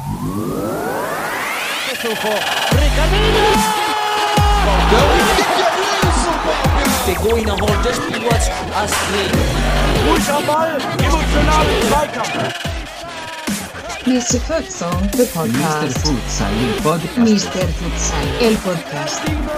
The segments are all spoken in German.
Der Goiner holt das Spiel als Ruhig am Ball, emotional Zweikampf. Mr. Futsal, the podcast. Mr. Futsal, el podcast.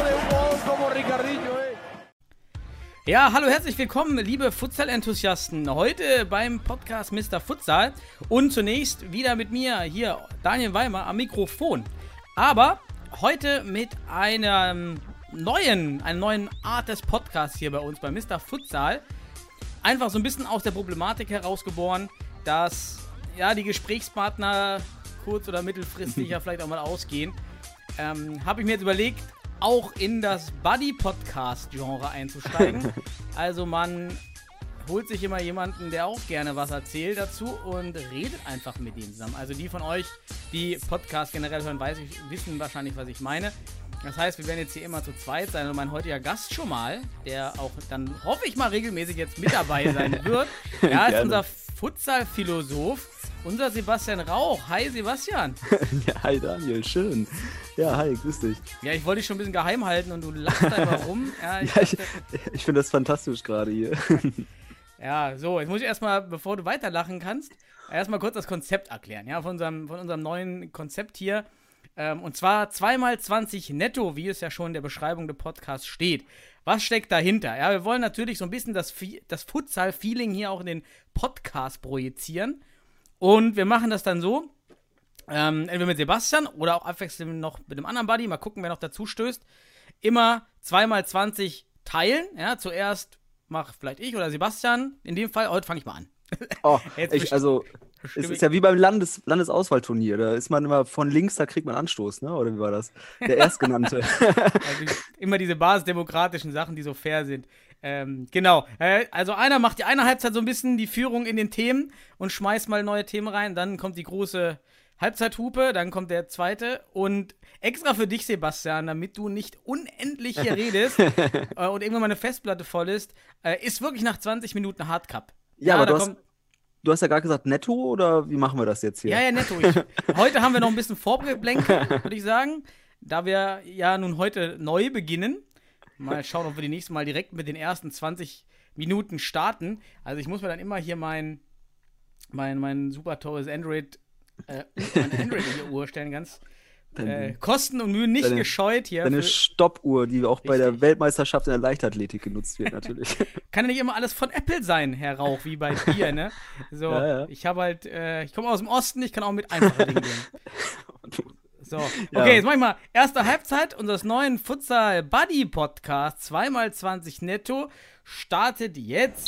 Ja, hallo, herzlich willkommen, liebe Futsal-Enthusiasten. Heute beim Podcast Mr. Futsal und zunächst wieder mit mir hier, Daniel Weimer, am Mikrofon. Aber heute mit einer neuen Art des Podcasts hier bei uns, bei Mr. Futsal. Einfach so ein bisschen aus der Problematik herausgeboren, dass ja die Gesprächspartner kurz- oder mittelfristig ja vielleicht auch mal ausgehen. Habe ich mir jetzt überlegt, auch in das Buddy-Podcast-Genre einzusteigen. Also man holt sich immer jemanden, der auch gerne was erzählt dazu und redet einfach mit ihm zusammen. Also die von euch, die Podcast generell hören, wissen wahrscheinlich, was ich meine. Das heißt, wir werden jetzt hier immer zu zweit sein und mein heutiger Gast schon mal, der auch dann, hoffe ich mal, regelmäßig jetzt mit dabei sein wird, ja, ist unser Futsal-Philosoph, unser Sebastian Rauch. Hi Sebastian. Ja, hi Daniel, schön. Ja, hi, grüß dich. Ja, ich wollte dich schon ein bisschen geheim halten und du lachst einfach rum. Ja, ich finde das fantastisch gerade hier. Ja, so, jetzt muss ich erstmal, bevor du weiterlachen kannst, erstmal kurz das Konzept erklären, ja, von unserem neuen Konzept hier. Und zwar 2x20 netto, wie es ja schon in der Beschreibung des Podcasts steht. Was steckt dahinter? Ja, wir wollen natürlich so ein bisschen das Futsal-Feeling hier auch in den Podcast projizieren. Und wir machen das dann so, entweder mit Sebastian oder auch abwechselnd noch mit einem anderen Buddy, mal gucken, wer noch dazu stößt. Immer 2x20 teilen, ja, zuerst mach vielleicht ich oder Sebastian, in dem Fall, heute fange ich mal an. Oh, es ist ja wie beim Landesauswahlturnier, da ist man immer von links, da kriegt man Anstoß, ne? Oder wie war das? Der Erstgenannte. Also immer diese basisdemokratischen Sachen, die so fair sind. Genau, also einer macht die eine Halbzeit so ein bisschen die Führung in den Themen und schmeißt mal neue Themen rein, dann kommt die große Halbzeithupe, dann kommt der zweite und extra für dich, Sebastian, damit du nicht unendlich hier redest und irgendwann meine Festplatte voll ist wirklich nach 20 Minuten Hardcup. Ja, aber du hast ja gerade gesagt netto, oder wie machen wir das jetzt hier? Ja, netto. Heute haben wir noch ein bisschen Vorgeblänkel, würde ich sagen, da wir ja nun heute neu beginnen. Mal schauen, ob wir die nächste Mal direkt mit den ersten 20 Minuten starten. Also ich muss mir dann immer hier mein super teures Android in die Uhr stellen, ganz Kosten und Mühen nicht gescheut hier. Deine Stoppuhr, die auch bei der Weltmeisterschaft in der Leichtathletik genutzt wird, natürlich. Kann ja nicht immer alles von Apple sein, Herr Rauch, wie bei dir, ne? So, ja. Ich habe halt, ich komme aus dem Osten, ich kann auch mit einfachen Dingen gehen. So, okay, jetzt mach ich mal erste Halbzeit unseres neuen Futsal-Buddy-Podcasts 2x20 netto startet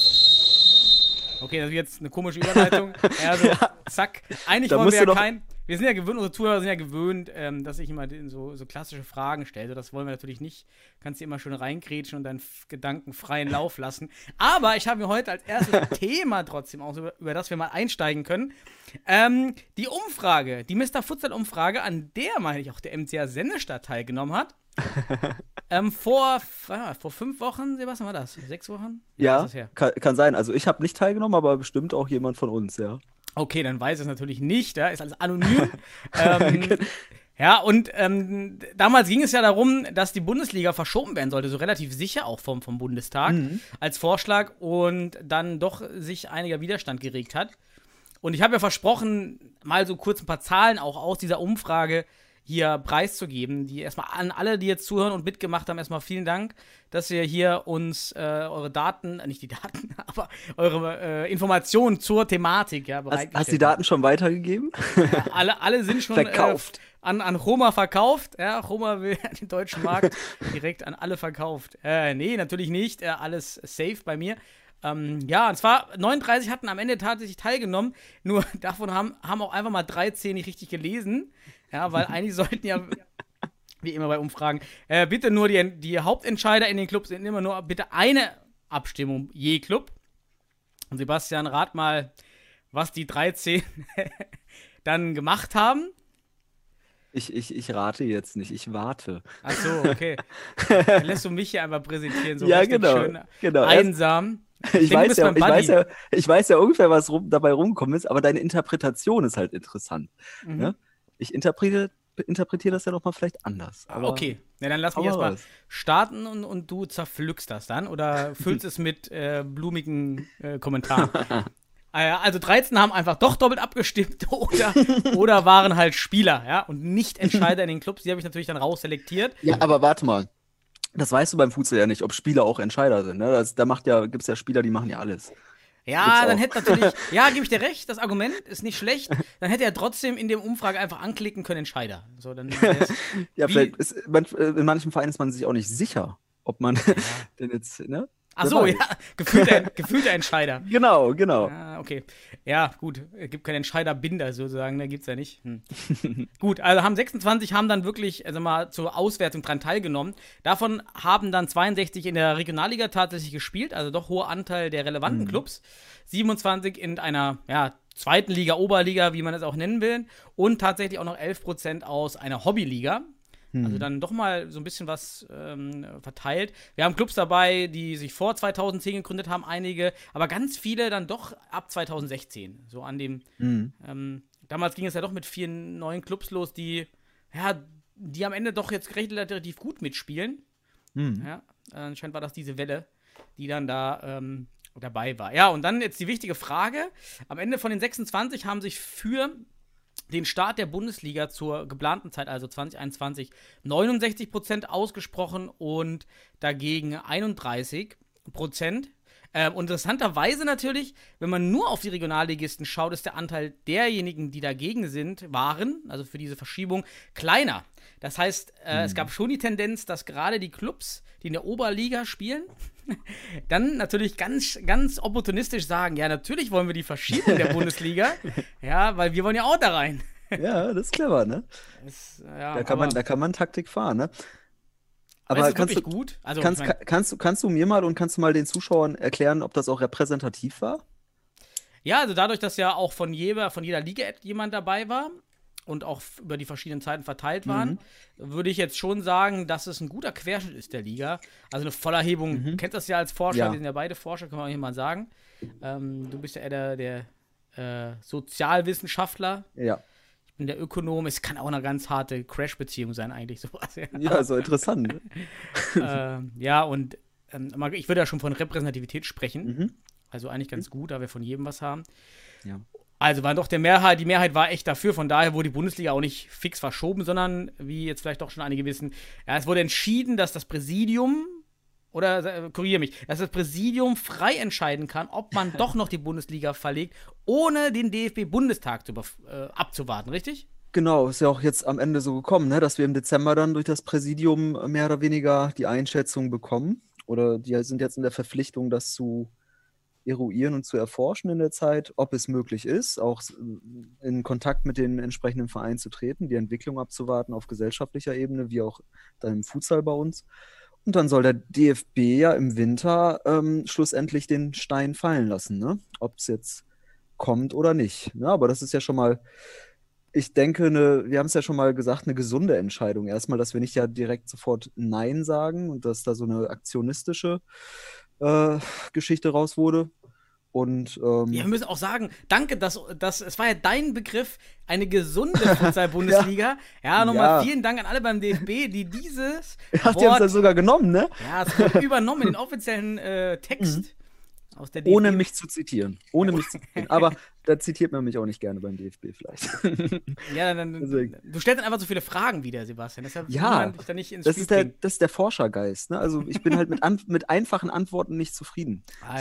jetzt. Okay, das ist jetzt eine komische Überleitung. Also, zack. Eigentlich wollen wir ja wir sind ja gewöhnt, unsere Zuhörer sind ja gewöhnt, dass ich immer so klassische Fragen stelle. Das wollen wir natürlich nicht. Kannst dir immer schön reingrätschen und deinen Gedanken freien Lauf lassen. Aber ich habe mir heute als erstes Thema trotzdem auch, über das wir mal einsteigen können, die Umfrage, die Mr. Futsal-Umfrage, an der, meine ich, auch der MCA Sennestadt teilgenommen hat. Vor 5 Wochen, Sebastian, war das? 6 Wochen? Ja, kann sein. Also ich habe nicht teilgenommen, aber bestimmt auch jemand von uns, ja. Okay, dann weiß es natürlich nicht, ja, ist alles anonym. Ja, und damals ging es ja darum, dass die Bundesliga verschoben werden sollte, so relativ sicher auch vom Bundestag als Vorschlag und dann doch sich einiger Widerstand geregt hat. Und ich habe ja versprochen, mal so kurz ein paar Zahlen auch aus dieser Umfrage hier preiszugeben, die erstmal an alle, die jetzt zuhören und mitgemacht haben, erstmal vielen Dank, dass ihr hier uns eure Daten, nicht die Daten, aber eure Informationen zur Thematik bereitgestellt habt. Hast du die Daten schon weitergegeben? Ja, alle sind schon verkauft. An Roma verkauft. Ja, Roma will den deutschen Markt direkt an alle verkauft. Nee, natürlich nicht. Alles safe bei mir. Ja, und zwar 39 hatten am Ende tatsächlich teilgenommen, nur davon haben auch einfach mal 13 nicht richtig gelesen. Ja, weil eigentlich sollten ja, wie immer bei Umfragen, bitte nur die Hauptentscheider in den Clubs sind immer nur bitte eine Abstimmung je Club. Und Sebastian, rat mal, was die 13 dann gemacht haben. Ich rate jetzt nicht, ich warte. Ach so, okay. Dann lässt du mich hier einfach präsentieren, so ja, richtig genau. Einsam. Ich weiß ja ungefähr, was dabei rumgekommen ist, aber deine Interpretation ist halt interessant. Ne? Ich interpretiere das ja noch mal vielleicht anders. Aber okay, ja, dann lass mich erstmal starten und du zerpflückst das dann oder füllst es mit blumigen Kommentaren. Also 13 haben einfach doch doppelt abgestimmt oder waren halt Spieler, ja, und nicht Entscheider in den Clubs. Die habe ich natürlich dann rausselektiert. Ja, aber warte mal. Das weißt du beim Futsal ja nicht, ob Spieler auch Entscheider sind. Ne? Gibt es ja Spieler, die machen ja alles. Ja, dann hätte natürlich, ja, gebe ich dir recht, das Argument ist nicht schlecht. Dann hätte er trotzdem in der Umfrage einfach anklicken können, Entscheider. So, dann ja, vielleicht in manchen Vereinen ist man sich auch nicht sicher, ob man denn jetzt, ne? Ach so, ja, gefühlter Entscheider. Genau. Ah, okay. Ja, gut, es gibt keinen Entscheiderbinder sozusagen, da gibt's ja nicht. Gut, also 26 haben dann wirklich, also mal zur Auswertung dran teilgenommen. Davon haben dann 62 in der Regionalliga tatsächlich gespielt, also doch hoher Anteil der relevanten Clubs. 27 in einer, zweiten Liga, Oberliga, wie man es auch nennen will. Und tatsächlich auch noch 11% aus einer Hobbyliga. Also dann doch mal so ein bisschen was verteilt. Wir haben Clubs dabei, die sich vor 2010 gegründet haben, einige, aber ganz viele dann doch ab 2016. So an dem, damals ging es ja doch mit 4 neuen Clubs los, die am Ende doch jetzt relativ gut mitspielen. Ja, anscheinend war das diese Welle, die dann da dabei war. Ja, und dann jetzt die wichtige Frage. Am Ende von den 26 haben sich für den Start der Bundesliga zur geplanten Zeit, also 2021, 69% ausgesprochen und dagegen 31%. Interessanterweise natürlich, wenn man nur auf die Regionalligisten schaut, ist der Anteil derjenigen, die dagegen waren, also für diese Verschiebung, kleiner. Das heißt, es gab schon die Tendenz, dass gerade die Clubs, die in der Oberliga spielen, dann natürlich ganz, ganz opportunistisch sagen, ja, natürlich wollen wir die verschieben in der Bundesliga, ja, weil wir wollen ja auch da rein. Ja, das ist clever, ne? Da kann man Taktik fahren, ne? Aber kannst du gut? Also, kannst du mir mal und kannst du mal den Zuschauern erklären, ob das auch repräsentativ war? Ja, also dadurch, dass ja auch von jeder Liga jemand dabei war und auch über die verschiedenen Zeiten verteilt waren, würde ich jetzt schon sagen, dass es ein guter Querschnitt ist der Liga. Also eine Vollerhebung, du kennst das ja als Forscher, wir sind ja beide Forscher, können wir auch hier mal sagen. Du bist ja eher der Sozialwissenschaftler. Ja. Ich bin der Ökonom. Es kann auch eine ganz harte Crash-Beziehung sein, eigentlich sowas. Ja, so interessant. Ja, und ich würde ja schon von Repräsentativität sprechen. Also eigentlich ganz gut, da wir von jedem was haben. Ja. Also war doch die Mehrheit war echt dafür, von daher wurde die Bundesliga auch nicht fix verschoben, sondern, wie jetzt vielleicht doch schon einige wissen, es wurde entschieden, dass das Präsidium, korrigiere mich, dass das Präsidium frei entscheiden kann, ob man doch noch die Bundesliga verlegt, ohne den DFB-Bundestag abzuwarten, richtig? Genau, ist ja auch jetzt am Ende so gekommen, ne, dass wir im Dezember dann durch das Präsidium mehr oder weniger die Einschätzung bekommen. Oder die sind jetzt in der Verpflichtung, das zu eruieren und zu erforschen in der Zeit, ob es möglich ist, auch in Kontakt mit den entsprechenden Vereinen zu treten, die Entwicklung abzuwarten auf gesellschaftlicher Ebene, wie auch dann im Futsal bei uns. Und dann soll der DFB ja im Winter schlussendlich den Stein fallen lassen, ne? Ob es jetzt kommt oder nicht. Ja, aber das ist ja schon mal, ich denke, wir haben es ja schon mal gesagt, eine gesunde Entscheidung. Erstmal, dass wir nicht ja direkt sofort Nein sagen und dass da so eine aktionistische Geschichte raus wurde. Und, ja, wir müssen auch sagen, danke, dass es war ja dein Begriff, eine gesunde Futsal-Bundesliga. Ja, nochmal vielen Dank an alle beim DFB, die dieses Habt ihr uns das sogar genommen, ne? Ja, es wurde übernommen in den offiziellen Text aus der DFB. Ohne mich zu zitieren. Aber da zitiert man mich auch nicht gerne beim DFB vielleicht. Ja, du stellst dann einfach so viele Fragen wieder, Sebastian. Deshalb man dich da nicht ins Spiel bringen. Das ist der Forschergeist, ne? Also ich bin halt mit einfachen Antworten nicht zufrieden.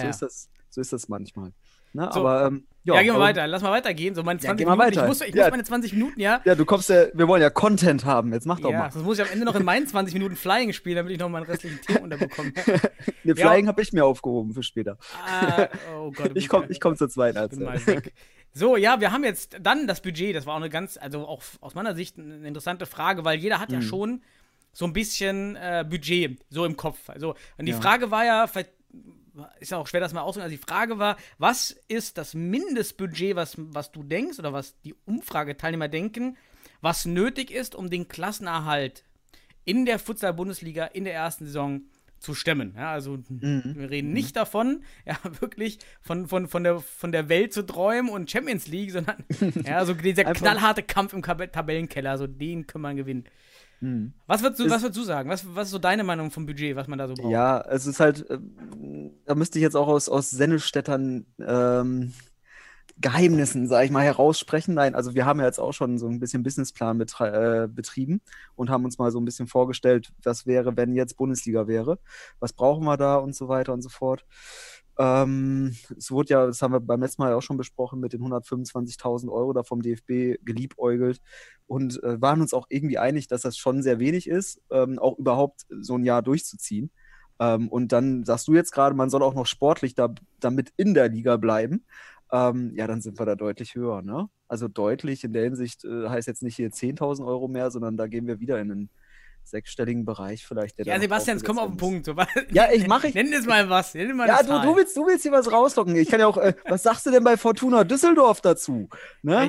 So ist das manchmal. Ne? So. Aber, gehen wir weiter. Lass mal weitergehen. So meine 20 Minuten. Weiter. Ich muss meine 20 Minuten, ja. Ja, wir wollen ja Content haben. Jetzt mach doch mal. Sonst muss ich am Ende noch in meinen 20 Minuten Flying spielen, damit ich noch meinen restlichen Team unterbekomme. Flying habe ich mir aufgehoben für später. Oh Gott. Ich komm zur zweiten Halbzeit. So, ja, wir haben jetzt dann das Budget. Das war auch also auch aus meiner Sicht eine interessante Frage, weil jeder hat ja schon so ein bisschen Budget so im Kopf. Also, und die Frage war ja, vielleicht ist ja auch schwer, das mal auszudrücken. Also die Frage war, was ist das Mindestbudget, was du denkst oder was die Umfrageteilnehmer denken, was nötig ist, um den Klassenerhalt in der Futsal-Bundesliga in der ersten Saison zu stemmen. Ja, also wir reden nicht davon, ja, wirklich von der Welt zu träumen und Champions League, sondern ja, so dieser knallharte Kampf im Tabellenkeller, so den kann man gewinnen. Was würdest du sagen? Was ist so deine Meinung vom Budget, was man da so braucht? Ja, es ist halt, da müsste ich jetzt auch aus Sennestädtern Geheimnissen, sage ich mal, heraussprechen. Nein, also wir haben ja jetzt auch schon so ein bisschen Businessplan betrieben und haben uns mal so ein bisschen vorgestellt, was wäre, wenn jetzt Bundesliga wäre. Was brauchen wir da und so weiter und so fort. Es wurde ja, das haben wir beim letzten Mal auch schon besprochen, mit den 125.000 Euro da vom DFB geliebäugelt und waren uns auch irgendwie einig, dass das schon sehr wenig ist, auch überhaupt so ein Jahr durchzuziehen. Und dann sagst du jetzt gerade, man soll auch noch sportlich damit in der Liga bleiben. Ja, dann sind wir da deutlich höher, ne? Also deutlich in der Hinsicht heißt jetzt nicht hier 10.000 Euro mehr, sondern da gehen wir wieder in einen sechsstelligen Bereich vielleicht. Ja, Sebastian, komm auf den Punkt. So, ja, nenn es mal was. Nenn mal ja, du willst hier was rauslocken. Ich kann ja auch, was sagst du denn bei Fortuna Düsseldorf dazu? Ne?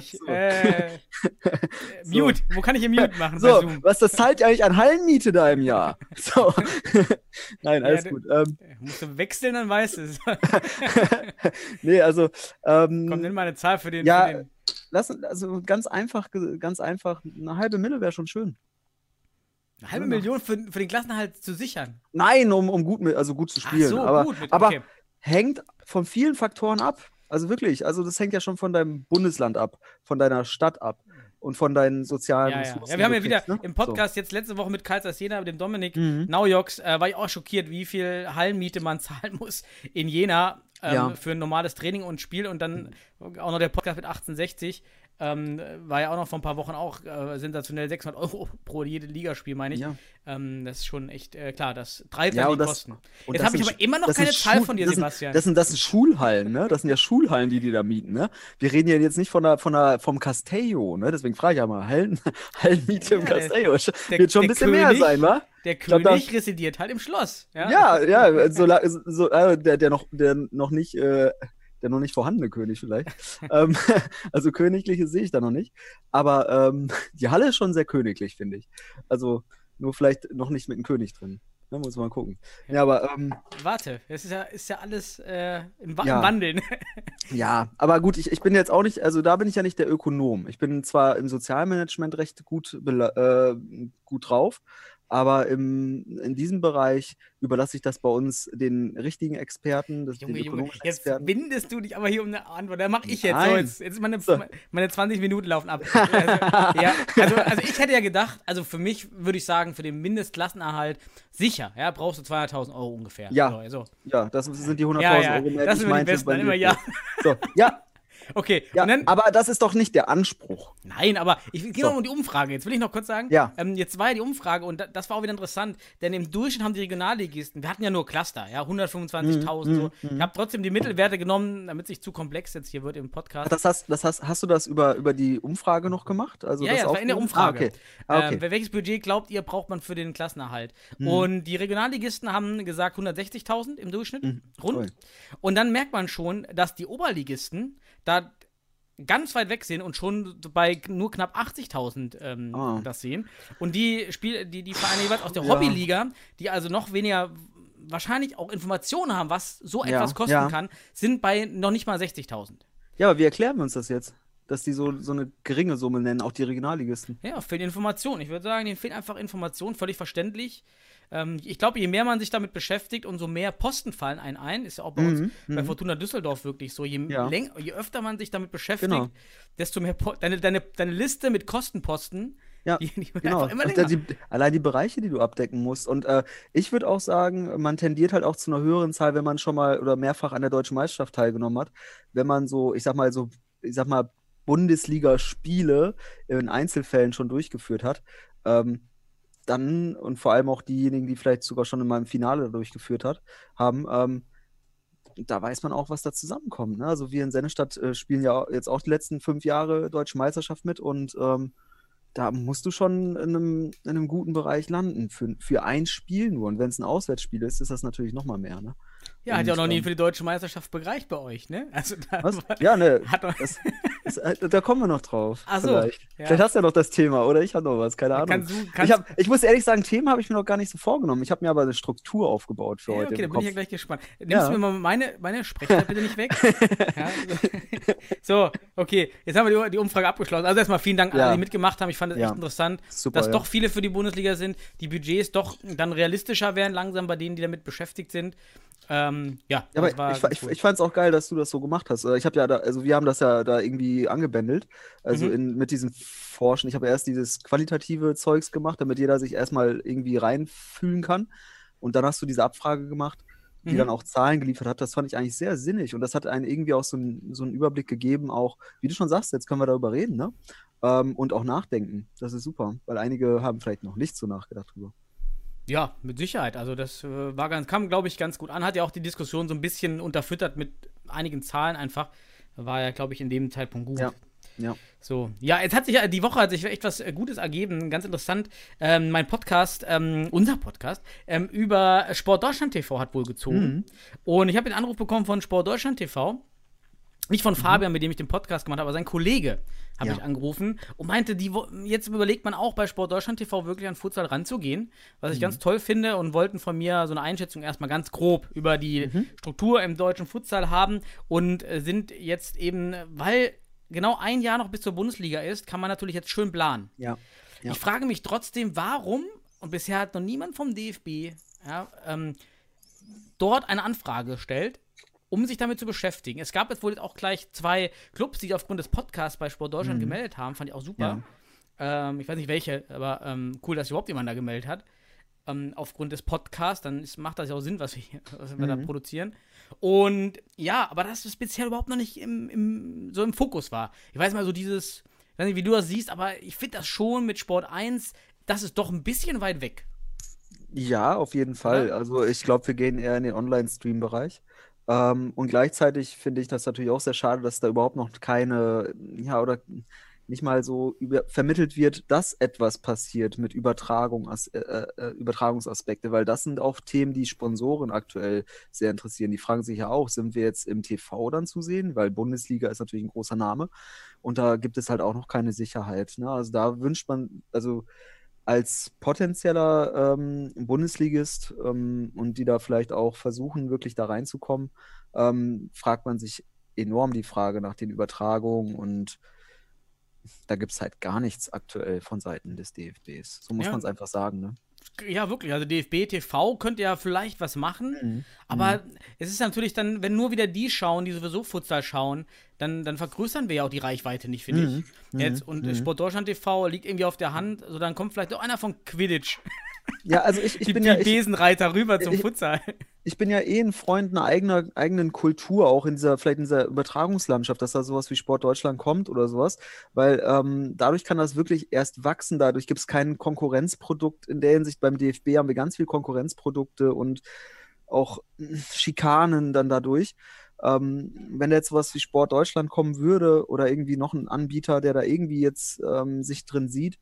Mute, wo kann ich hier Mute machen? So, was das zahlt ja eigentlich an Hallenmiete da im Jahr? So. Nein, alles gut. Musst du wechseln, dann weißt du es. Nee, also komm, nenn mal eine Zahl für den. Ja, also ganz einfach, eine halbe Mille wäre schon schön. Eine halbe Million für den Klassenerhalt zu sichern? Nein, um gut zu spielen. Ach so, aber hängt von vielen Faktoren ab. Also wirklich, also das hängt ja schon von deinem Bundesland ab, von deiner Stadt ab und von deinen sozialen Ressourcen. Ja, wir haben ja wieder im Podcast jetzt letzte Woche mit Karlsruhe Jena, mit dem Dominik Naujoks, war ich auch schockiert, wie viel Hallenmiete man zahlen muss in Jena für ein normales Training und Spiel und dann auch noch der Podcast mit 1860. War ja auch noch vor ein paar Wochen auch sensationell 600 Euro pro jede Ligaspiel, meine ich. Ja. Das ist schon echt klar, das treibt dann die Kosten. Jetzt habe ich aber immer noch keine Zahl von dir, Sebastian. Das sind Schulhallen, ne? Das sind ja Schulhallen, die da mieten, ne? Wir reden ja jetzt nicht vom Castello, ne? Deswegen frage ich ja mal, Hallenmiete im Castello. Wird schon ein bisschen mehr sein, wa? Der König residiert halt im Schloss. Ja, der noch nicht vorhandene König vielleicht. Also königliche sehe ich da noch nicht. Aber die Halle ist schon sehr königlich, finde ich. Also nur vielleicht noch nicht mit dem König drin. Da muss man mal gucken. Ja, aber warte, es ist ja alles im Wandeln. Ja, aber gut, ich bin jetzt auch nicht, also da bin ich ja nicht der Ökonom. Ich bin zwar im Sozialmanagement recht gut drauf, aber in diesem Bereich überlasse ich das bei uns den richtigen Experten, den ökonomischen Experten. Jetzt windest du dich aber hier um eine Antwort. Da mache ich jetzt so. Jetzt ist meine 20 Minuten laufen ab. Also ich hätte ja gedacht, also für mich würde ich sagen, für den Mindestklassenerhalt sicher, ja, brauchst du 200.000 Euro ungefähr. Ja, ja, das sind die 100.000 Euro mehr, das sind die besten, dann immer ja. So, ja. Okay, ja, und dann, aber das ist doch nicht der Anspruch. Nein, aber ich gehe noch um die Umfrage. Jetzt will ich noch kurz sagen, jetzt war ja die Umfrage und das war auch wieder interessant, denn im Durchschnitt haben die Regionalligisten, wir hatten ja nur Cluster, ja, 125.000 so. Ich habe trotzdem die Mittelwerte genommen, damit es nicht zu komplex jetzt hier wird im Podcast. Hast du das über die Umfrage noch gemacht? Also das war in der Umfrage. Okay. Welches Budget glaubt ihr, braucht man für den Klassenerhalt? Und die Regionalligisten haben gesagt 160.000 im Durchschnitt, rund. Toll. Und dann merkt man schon, dass die Oberligisten da ganz weit weg sind und schon bei nur knapp 80.000 das sehen. Und die Vereine jeweils aus der Hobbyliga, die also noch weniger wahrscheinlich auch Informationen haben, was so etwas kosten kann, sind bei noch nicht mal 60.000. Ja, aber wie erklären wir uns das jetzt? Dass die so eine geringe Summe nennen, auch die Regionalligisten. Ja, fehlt Information. Ich würde sagen, denen fehlt einfach Information, völlig verständlich. Ich glaube, je mehr man sich damit beschäftigt, umso mehr Posten fallen einem ein. Ist ja auch bei uns, bei Fortuna Düsseldorf wirklich so. Je öfter man sich damit beschäftigt, desto mehr deine Liste mit Kostenposten, die wird einfach immer länger. Allein die Bereiche, die du abdecken musst. Und ich würde auch sagen, man tendiert halt auch zu einer höheren Zahl, wenn man schon mal oder mehrfach an der Deutschen Meisterschaft teilgenommen hat. Wenn man so, ich sag mal, Bundesliga-Spiele in Einzelfällen schon durchgeführt hat, dann, und vor allem auch diejenigen, die vielleicht sogar schon in meinem Finale durchgeführt haben, da weiß man auch, was da zusammenkommt. Ne? Also wir in Sennestadt spielen ja jetzt auch die letzten 5 Jahre Deutsche Meisterschaft mit und da musst du schon in einem guten Bereich landen für ein Spiel nur. Und wenn es ein Auswärtsspiel ist, ist das natürlich nochmal mehr. Ne? Ja, hat ja auch noch nie für die Deutsche Meisterschaft bereicht bei euch, ne? Also was? Ja, ne. Da kommen wir noch drauf. Ach so, Vielleicht. ja. Vielleicht hast du ja noch das Thema, oder ich habe noch was, keine Ahnung. Ich muss ehrlich sagen, Themen habe ich mir noch gar nicht so vorgenommen. Ich habe mir aber eine Struktur aufgebaut für heute. Okay, da im bin ich ja Kopf. gleich gespannt. Nimmst du mir mal meine Sprechzeit bitte nicht weg? Ja, so, okay, jetzt haben wir die Umfrage abgeschlossen. Also erstmal vielen Dank an alle, die mitgemacht haben. Ich fand es echt interessant, Super, dass doch viele für die Bundesliga sind, die Budgets doch dann realistischer werden langsam bei denen, die damit beschäftigt sind. Aber ich fand es auch geil, dass du das so gemacht hast. Ich habe ja wir haben das ja da irgendwie angebändelt. Also mit diesem Forschen. Ich habe erst dieses qualitative Zeugs gemacht, damit jeder sich erstmal irgendwie reinfühlen kann. Und dann hast du diese Abfrage gemacht, die dann auch Zahlen geliefert hat. Das fand ich eigentlich sehr sinnig. Und das hat einen irgendwie auch so einen Überblick gegeben, auch, wie du schon sagst, jetzt können wir darüber reden, ne? Und auch nachdenken. Das ist super, weil einige haben vielleicht noch nicht so nachgedacht drüber. Ja, mit Sicherheit. Also das kam, glaube ich, ganz gut an. Hat ja auch die Diskussion so ein bisschen unterfüttert mit einigen Zahlen einfach. War ja, glaube ich, in dem Zeitpunkt gut. Ja. So, ja, die Woche hat sich echt was Gutes ergeben. Ganz interessant. Mein Podcast, unser Podcast, über Sport Deutschland TV hat wohl gezogen. Und ich habe den Anruf bekommen von Sport Deutschland TV. Nicht von Fabian, mit dem ich den Podcast gemacht habe, aber sein Kollege habe ich angerufen und meinte, jetzt überlegt man auch bei Sport Deutschland TV wirklich an Futsal ranzugehen, was ich ganz toll finde, und wollten von mir so eine Einschätzung erstmal ganz grob über die Struktur im deutschen Futsal haben und sind jetzt eben, weil genau ein Jahr noch bis zur Bundesliga ist, kann man natürlich jetzt schön planen. Ja. Ich frage mich trotzdem, warum, und bisher hat noch niemand vom DFB dort eine Anfrage gestellt, um sich damit zu beschäftigen. Es gab jetzt wohl auch gleich 2 Clubs, die sich aufgrund des Podcasts bei Sport Deutschland gemeldet haben. Fand ich auch super. Ja. Ich weiß nicht welche, aber cool, dass überhaupt jemand da gemeldet hat. Aufgrund des Podcasts, dann macht das ja auch Sinn, was wir da produzieren. Und ja, aber dass es bisher überhaupt noch nicht so im Fokus war. Ich weiß mal so ich weiß nicht, wie du das siehst, aber ich finde das schon mit Sport 1, das ist doch ein bisschen weit weg. Ja, auf jeden Fall. Ja. Also ich glaube, wir gehen eher in den Online-Stream-Bereich. Und gleichzeitig finde ich das natürlich auch sehr schade, dass da überhaupt noch keine, oder nicht mal so vermittelt wird, dass etwas passiert mit Übertragungsaspekte, weil das sind auch Themen, die Sponsoren aktuell sehr interessieren. Die fragen sich ja auch, sind wir jetzt im TV dann zu sehen? Weil Bundesliga ist natürlich ein großer Name und da gibt es halt auch noch keine Sicherheit, ne? Also da wünscht man, also als potenzieller Bundesligist und die da vielleicht auch versuchen, wirklich da reinzukommen, fragt man sich enorm die Frage nach den Übertragungen, und da gibt es halt gar nichts aktuell von Seiten des DFBs. So muss man es einfach sagen, ne? Ja, wirklich. Also DFB TV könnte ja vielleicht was machen, aber es ist natürlich dann, wenn nur wieder die schauen, die sowieso Futsal schauen, dann vergrößern wir ja auch die Reichweite nicht, finde ich. Jetzt, und Sport Deutschland TV liegt irgendwie auf der Hand, also dann kommt vielleicht auch einer von Quidditch. Ja, also ich bin ja... Die Besenreiter rüber zum Futsal. Ich bin ja ein Freund einer eigenen Kultur, auch vielleicht in dieser Übertragungslandschaft, dass da sowas wie Sport Deutschland kommt oder sowas, weil dadurch kann das wirklich erst wachsen, dadurch gibt es kein Konkurrenzprodukt. In der Hinsicht beim DFB haben wir ganz viel Konkurrenzprodukte und auch Schikanen dann dadurch. Wenn da jetzt sowas wie Sport Deutschland kommen würde oder irgendwie noch ein Anbieter, der da irgendwie jetzt sich drin sieht,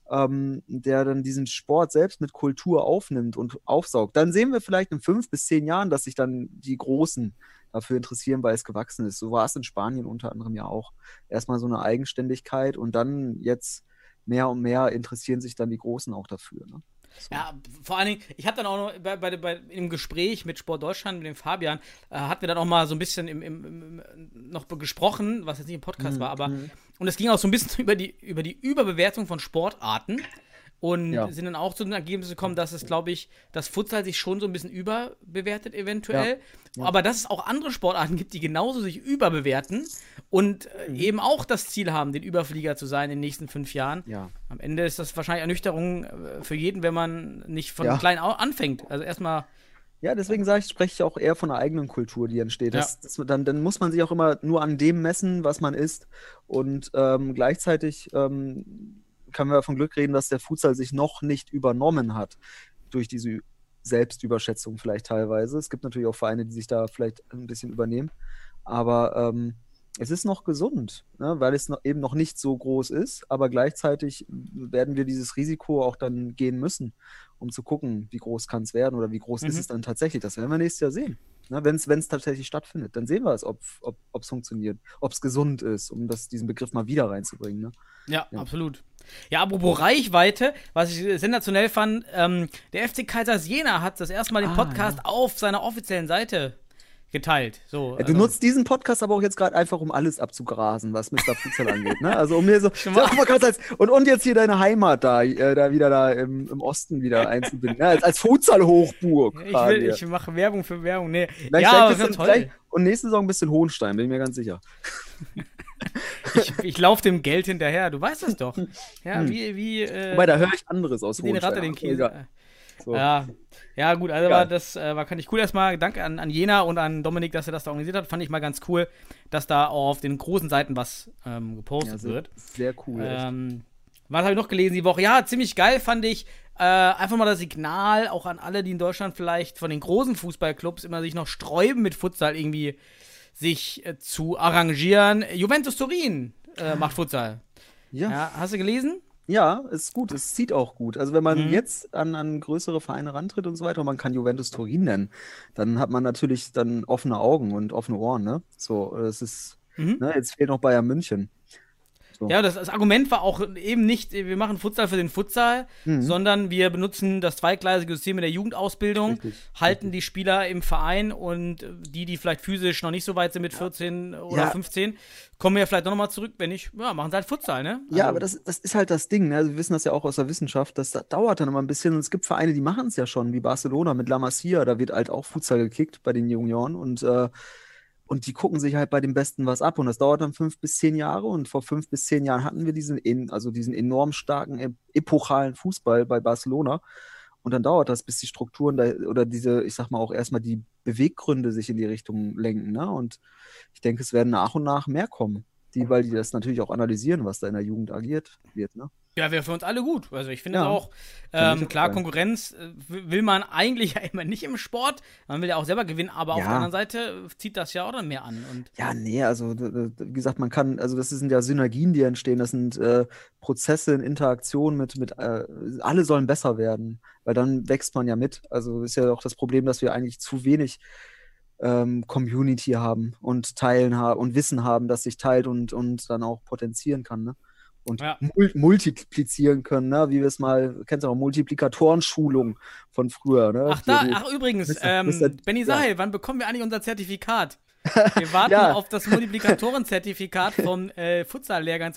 der dann diesen Sport selbst mit Kultur aufnimmt und aufsaugt, dann sehen wir vielleicht in 5 bis 10 Jahren, dass sich dann die Großen dafür interessieren, weil es gewachsen ist. So war es in Spanien unter anderem ja auch. Erstmal so eine Eigenständigkeit und dann jetzt mehr und mehr interessieren sich dann die Großen auch dafür, ne? So. Ja, vor allen Dingen, ich habe dann auch noch im Gespräch mit Sport Deutschland, mit dem Fabian, hatten wir dann auch mal so ein bisschen noch gesprochen, was jetzt nicht im Podcast war, aber und es ging auch so ein bisschen über die Überbewertung von Sportarten und sind dann auch zu dem Ergebnis gekommen, dass es, glaube ich, das Futsal sich schon so ein bisschen überbewertet eventuell, aber dass es auch andere Sportarten gibt, die genauso sich überbewerten und eben auch das Ziel haben, den Überflieger zu sein in den nächsten 5 Jahren. Ja. Am Ende ist das wahrscheinlich Ernüchterung für jeden, wenn man nicht von klein anfängt. Also erstmal. Ja, deswegen spreche ich auch eher von einer eigenen Kultur, die entsteht. Dann muss man sich auch immer nur an dem messen, was man ist. Und gleichzeitig können wir von Glück reden, dass der Futsal sich noch nicht übernommen hat durch diese Selbstüberschätzung vielleicht teilweise. Es gibt natürlich auch Vereine, die sich da vielleicht ein bisschen übernehmen. Aber es ist noch gesund, ne, weil es eben noch nicht so groß ist. Aber gleichzeitig werden wir dieses Risiko auch dann gehen müssen, um zu gucken, wie groß kann es werden oder wie groß ist es dann tatsächlich. Das werden wir nächstes Jahr sehen. Ne? Wenn es tatsächlich stattfindet, dann sehen wir es, ob es funktioniert, ob es gesund ist, um diesen Begriff mal wieder reinzubringen. Ne? Ja, absolut. Ja, apropos Reichweite, was ich sensationell fand, der FC Kaiserslautern hat das erste Mal den Podcast auf seiner offiziellen Seite geteilt. So, du nutzt diesen Podcast aber auch jetzt gerade einfach, um alles abzugrasen, was Mr. Futsal angeht, ne? Also um mir so, guck mal, und jetzt hier deine Heimat da wieder da im Osten wieder einzubinden, ne? als Futsal-Hochburg. Ich mache Werbung für Werbung, nee. Ja, aber das ist toll. Und nächste Saison ein bisschen Hohenstein, bin ich mir ganz sicher. Ich laufe dem Geld hinterher, du weißt das doch. Ja, wobei, da höre ich anderes aus Hohenstein. Den Ratte, den Käse. So. Ja, gut, also war kann ich cool. Erstmal danke an Jena und an Dominik, dass er das da organisiert hat. Fand ich mal ganz cool, dass da auch auf den großen Seiten was gepostet wird. Sehr cool. Was habe ich noch gelesen die Woche? Ja, ziemlich geil fand ich. Einfach mal das Signal, auch an alle, die in Deutschland vielleicht von den großen Fußballclubs immer sich noch sträuben, mit Futsal irgendwie sich zu arrangieren. Juventus Turin macht Futsal. Ja. Hast du gelesen? Ja, ist gut, es zieht auch gut. Also wenn man jetzt an größere Vereine rantritt und so weiter, und man kann Juventus Turin nennen, dann hat man natürlich dann offene Augen und offene Ohren, ne? So, es ist, ne, jetzt fehlt noch Bayern München. So. Ja, das Argument war auch eben nicht, wir machen Futsal für den Futsal, sondern wir benutzen das zweigleisige System in der Jugendausbildung, halten die Spieler im Verein und die vielleicht physisch noch nicht so weit sind mit 14 oder 15, kommen ja vielleicht noch mal zurück, wenn nicht, machen sie halt Futsal, ne? Also, ja, aber das ist halt das Ding, ne? Also wir wissen das ja auch aus der Wissenschaft, das dauert dann immer ein bisschen und es gibt Vereine, die machen es ja schon, wie Barcelona mit La Masia, da wird halt auch Futsal gekickt bei den Junioren und die gucken sich halt bei den Besten was ab. Und das dauert dann 5 bis 10 Jahre. Und vor 5 bis 10 Jahren hatten wir diesen enorm starken, epochalen Fußball bei Barcelona. Und dann dauert das, bis die Strukturen oder diese, ich sag mal auch erstmal die Beweggründe sich in die Richtung lenken. Ne? Und ich denke, es werden nach und nach mehr kommen. Weil die das natürlich auch analysieren, was da in der Jugend agiert wird. Ne? Ja, wäre für uns alle gut. Also ich finde auch, klar, Konkurrenz will man eigentlich ja immer nicht im Sport. Man will ja auch selber gewinnen, aber auf der anderen Seite zieht das ja auch dann mehr an. Und also wie gesagt, man kann, also das sind ja Synergien, die entstehen. Das sind Prozesse in Interaktion mit alle sollen besser werden, weil dann wächst man ja mit. Also ist ja auch das Problem, dass wir eigentlich zu wenig Community haben und teilen haben und Wissen haben, das sich teilt und dann auch potenzieren kann, ne? Und multiplizieren können, ne? Wie wir es mal, kennst du auch, Multiplikatorenschulung von früher, ne? Übrigens, Benny Sahel, wann bekommen wir eigentlich unser Zertifikat? Wir warten auf das Multiplikatorenzertifikat vom Futsal-Lehrgang